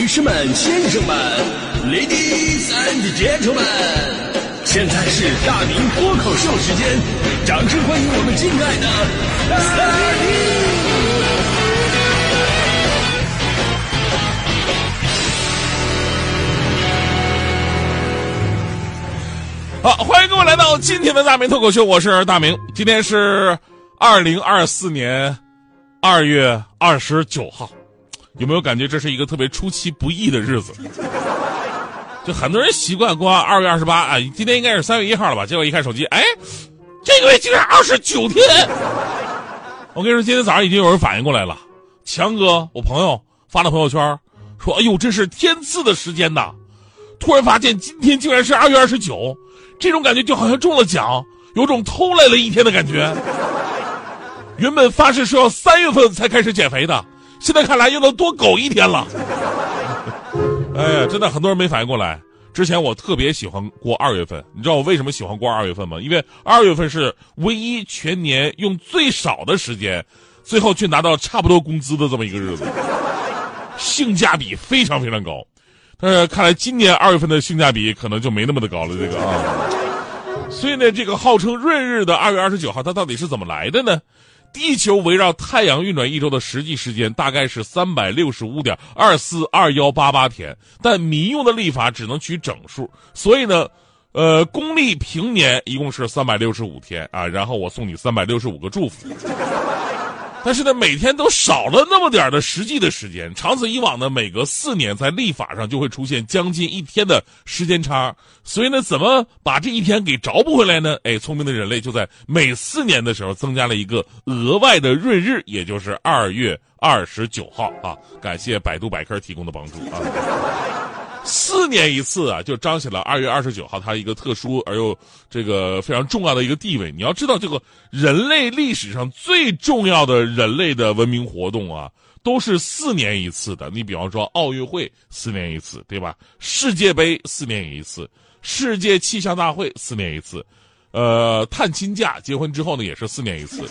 士们、先生们 ，Ladies and Gentlemen， 现在是大明脱口秀时间，掌声欢迎我们敬爱的大明！ 好，欢迎各位来到今天的大明脱口秀，我是大明。今天是2024年2月29号，有没有感觉这是一个特别出其不意的日子？就很多人习惯过2月28啊，今天应该是3月1号了吧？结果一看手机，哎，这个月竟然29天！我跟你说，今天早上已经有人反应过来了。强哥，我朋友发了朋友圈说：“哎呦，这是天赐的时间呐！”突然发现今天竟然是2月29。这种感觉就好像中了奖，有种偷来了一天的感觉。原本发誓说要3月份才开始减肥的，现在看来又能多苟一天了。哎呀，真的很多人没反应过来。之前我特别喜欢过2月份，你知道我为什么喜欢过2月份吗？因为2月份是唯一全年用最少的时间，最后却拿到差不多工资的这么一个日子，性价比非常非常高。但是看来今年2月份的性价比可能就没那么的高了，这个啊。所以呢，这个号称闰日的2月29号，它到底是怎么来的呢？地球围绕太阳运转一周的实际时间大概是365.242188天，但民用的历法只能取整数，所以呢，公历平年一共是365天啊。然后我送你365个祝福。但是呢，每天都少了那么点的实际的时间，长此以往呢，每隔4年在历法上就会出现将近1天的时间差。所以呢，怎么把这一天给找补回来呢？哎，聪明的人类就在每4年的时候增加了一个额外的闰日，也就是2月29号啊。感谢百度百科提供的帮助啊。4年一次啊，就彰显了2月29号它一个特殊而又这个非常重要的一个地位。你要知道，这个人类历史上最重要的人类的文明活动啊，都是4年一次的。你比方说奥运会4年一次，对吧？世界杯4年一次，世界气象大会4年一次，探亲假结婚之后呢也是4年一次，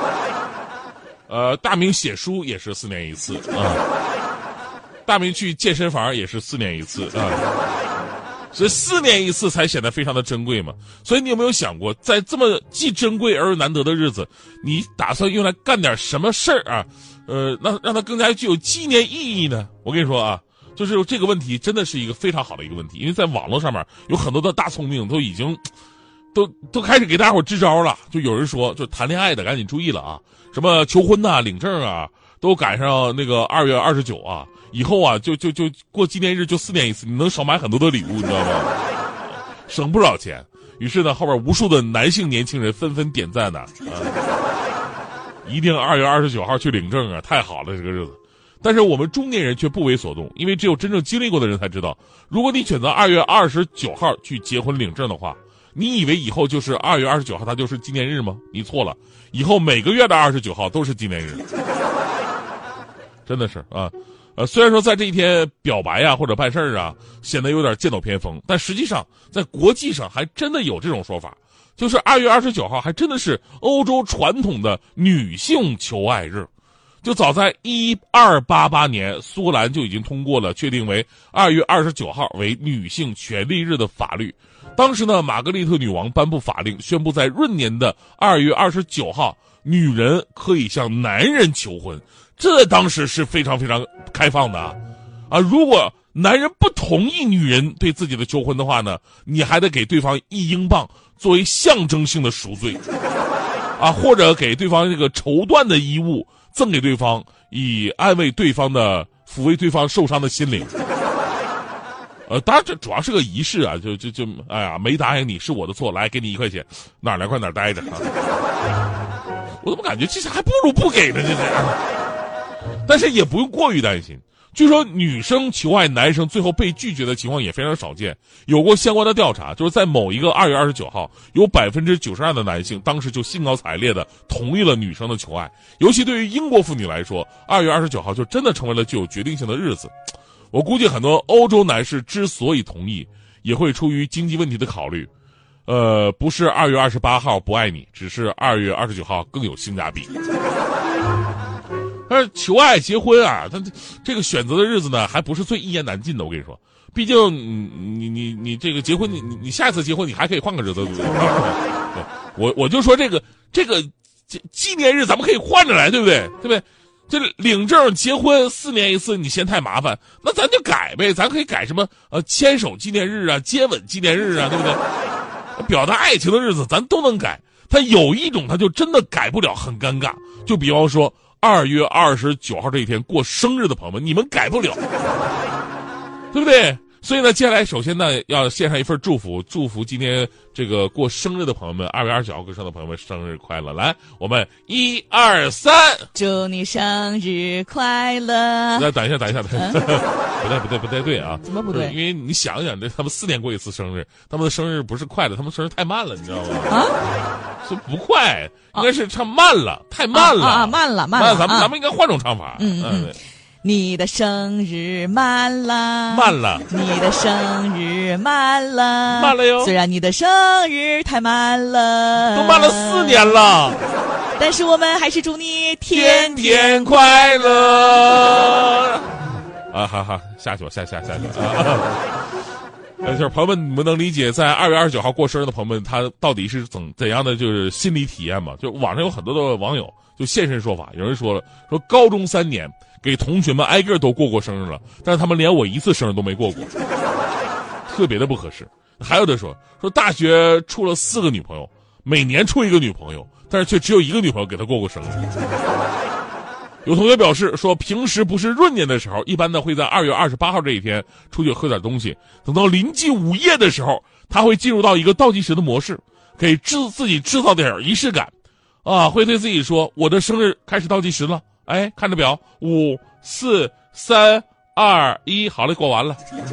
大明写书也是4年一次啊。大明去健身房也是4年一次啊，所以4年一次才显得非常的珍贵嘛。所以你有没有想过，在这么既珍贵而又难得的日子，你打算用来干点什么事儿啊？让它更加具有纪念意义呢？我跟你说啊，就是这个问题真的是一个非常好的一个问题，因为在网络上面有很多的大聪明都已经都开始给大家伙支招了。就有人说，就谈恋爱的赶紧注意了啊，什么求婚呐、领证啊，都赶上那个2月29啊。以后啊，就过纪念日就4年一次，你能少买很多的礼物，你知道吗？省不少钱。于是呢，后边无数的男性年轻人纷纷点赞呢，一定2月29号去领证啊，太好了这个日子。但是我们中年人却不为所动，因为只有真正经历过的人才知道，如果你选择2月29号去结婚领证的话，你以为以后就是2月29号它就是纪念日吗？你错了，以后每个月的29号都是纪念日，真的是啊。虽然说在这一天表白啊或者办事儿啊显得有点剑走偏锋，但实际上在国际上还真的有这种说法，就是2月29号还真的是欧洲传统的女性求爱日。就早在1288年，苏格兰就已经通过了确定为2月29号为女性权利日的法律。当时呢，玛格丽特女王颁布法令，宣布在闰年的2月29号，女人可以向男人求婚。这当时是非常非常开放的啊！如果男人不同意女人对自己的求婚的话呢，你还得给对方1英镑作为象征性的赎罪，啊，或者给对方这个绸缎的衣物赠给对方，以安慰对方的、抚慰对方受伤的心灵。当然这主要是个仪式啊，哎呀，没答应你是我的错，来给你1块钱，哪儿来块哪儿待着啊！我怎么感觉这还不如不给呢？这是。但是也不用过于担心，据说女生求爱男生最后被拒绝的情况也非常少见。有过相关的调查，就是在某一个2月29号，有92%的男性当时就兴高采烈的同意了女生的求爱。尤其对于英国妇女来说，2月29号就真的成为了具有决定性的日子。我估计很多欧洲男士之所以同意，也会出于经济问题的考虑。不是2月28号不爱你，只是2月29号更有性价比。 但是求爱结婚啊，他这个选择的日子呢，还不是最一言难尽的。我跟你说，毕竟你这个结婚，你下一次结婚你还可以换个日子，对不对？对，我就说这个纪念日咱们可以换着来，对不对？对不对？这领证结婚4年一次，你嫌太麻烦，那咱就改呗，咱可以改什么牵手纪念日啊，接吻纪念日啊，对不对？表达爱情的日子咱都能改，但有一种它就真的改不了，很尴尬。就比方说2月29号这一天过生日的朋友们，你们改不了，对不对？所以呢，接下来首先呢，要献上一份祝福，祝福今天这个过生日的朋友们，2月29号过生日的朋友们生日快乐！来，我们1、2、3， 祝你生日快乐！ 来，等一下，不对啊！ 怎么不对？ 因为你想想，他们4年过一次生日，他们的生日不是快乐，他们生日太慢了，你知道吗？ 啊， 是不快，应该是唱慢了，太慢了， 慢了， 咱们应该换种唱法， 你的生日慢了，你的生日慢了哟。 虽然你的生日太慢了， 都慢了4年了， 但是我们还是祝你天天快乐。啊，好，下去吧，下去啊。就是朋友们，你们能理解在2月29号过生日的朋友们，他到底是怎样的就是心理体验吗？就网上有很多的网友就现身说法，有人说了，说高中3年。给同学们挨个都过生日了，但是他们连我一次生日都没过，特别的不合适。还有的说大学处了4个女朋友，每年处一个女朋友，但是却只有1个女朋友给他过生日。有同学表示说，平时不是闰年的时候，一般呢会在2月28号这一天出去喝点东西，等到临近午夜的时候，他会进入到一个倒计时的模式，给自己制造点仪式感啊，会对自己说，我的生日开始倒计时了。哎，看着表，5、4、3、2、1，好嘞，过完了。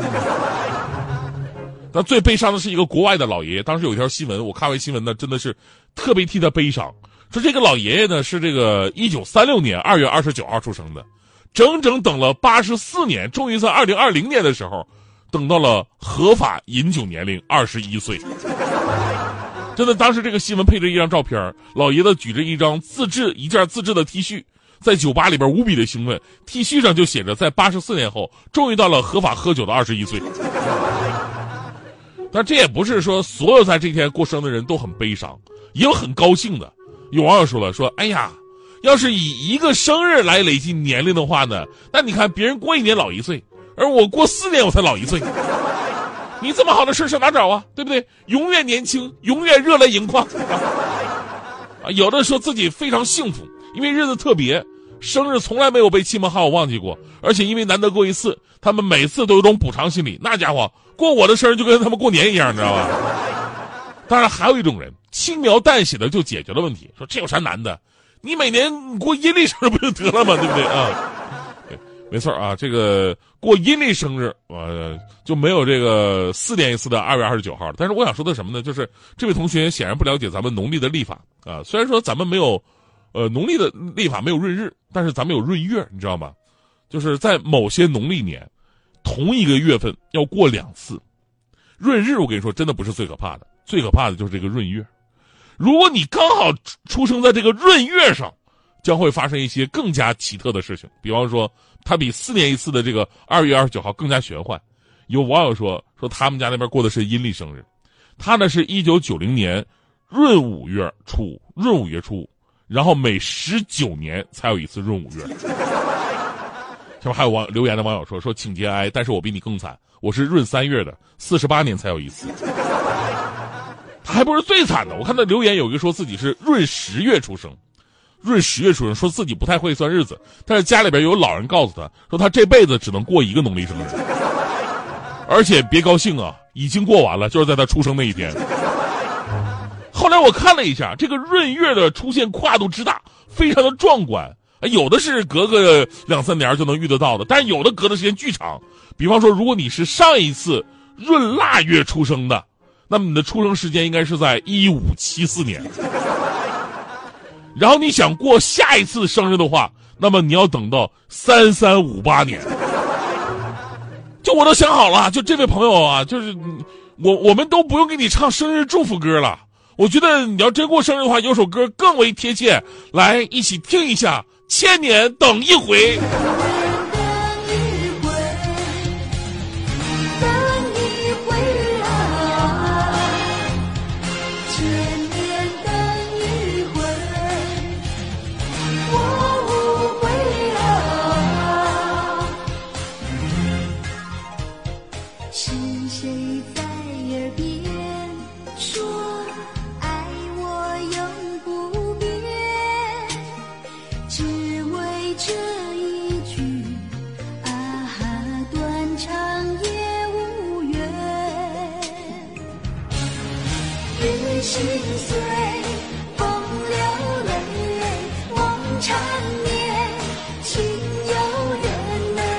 那最悲伤的是一个国外的老爷爷，当时有一条新闻，我看完新闻呢，真的是特别替他悲伤。说这个老爷爷呢是这个1936年2月29号出生的，整整等了84年，终于在2020年的时候，等到了合法饮酒年龄21岁。真的，当时这个新闻配着一张照片，老爷子举着一件自制的 T 恤。在酒吧里边无比的兴奋 ，T 恤上就写着在84年后终于到了合法喝酒的21岁。但这也不是说所有在这天过生的人都很悲伤，也有很高兴的。有网友说，哎呀，要是以一个生日来累计年龄的话呢，那你看别人过1年老1岁，而我过4年我才老1岁。你这么好的事上哪找啊？对不对？永远年轻，永远热泪盈眶。有的说自己非常幸福，因为日子特别。生日从来没有被亲朋好友忘记过，而且因为难得过一次，他们每次都有种补偿心理。那家伙过我的生日就跟他们过年一样，你知道吧？当然还有一种人轻描淡写的就解决了问题，说这有啥难的？你每年过阴历生日不就得了吗？对不对啊？对，没错啊，这个过阴历生日就没有这个4年一次的2月29号了。但是我想说的什么呢？就是这位同学显然不了解咱们农历的历法啊。虽然说咱们没有农历的历法没有闰日，但是咱们有闰月，你知道吗？就是在某些农历年，同一个月份要过2次。闰日我跟你说真的不是最可怕的，最可怕的就是这个闰月。如果你刚好出生在这个闰月上，将会发生一些更加奇特的事情。比方说，它比4年一次的这个2月29号更加玄幻。有网友说他们家那边过的是阴历生日，他呢是1990年闰5月初5，然后每19年才有一次闰5月。下面还有留言的网友说请节哀，但是我比你更惨，我是闰3月的，48年才有一次。他还不是最惨的，我看到留言有一个说自己是闰10月出生，说自己不太会算日子，但是家里边有老人告诉他说他这辈子只能过1个农历生日，而且别高兴啊，已经过完了，就是在他出生那一天。后来我看了一下，这个闰月的出现跨度之大，非常的壮观。有的是隔个2-3年就能遇得到的，但是有的隔的时间巨长。比方说，如果你是上一次闰腊月出生的，那么你的出生时间应该是在1574年。然后你想过下一次生日的话，那么你要等到3358年。就我都想好了，就这位朋友啊，就是我们都不用给你唱生日祝福歌了。我觉得你要真过生日的话，有首歌更为贴切，来一起听一下千年等一回。 是谁在耳边说爱我永不变，只为这一句啊哈，断肠也无缘。月心碎，风流泪，梦缠绵，情有人美。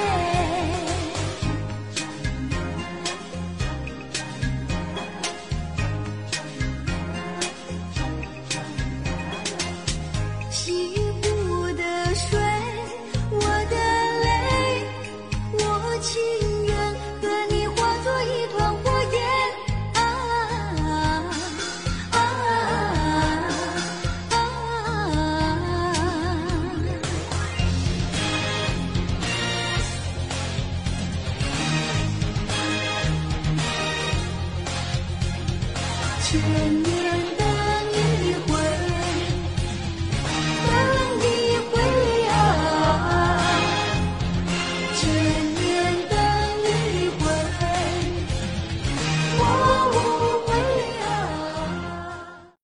西湖的水，我的泪，我情愿和你化作一团火焰。千年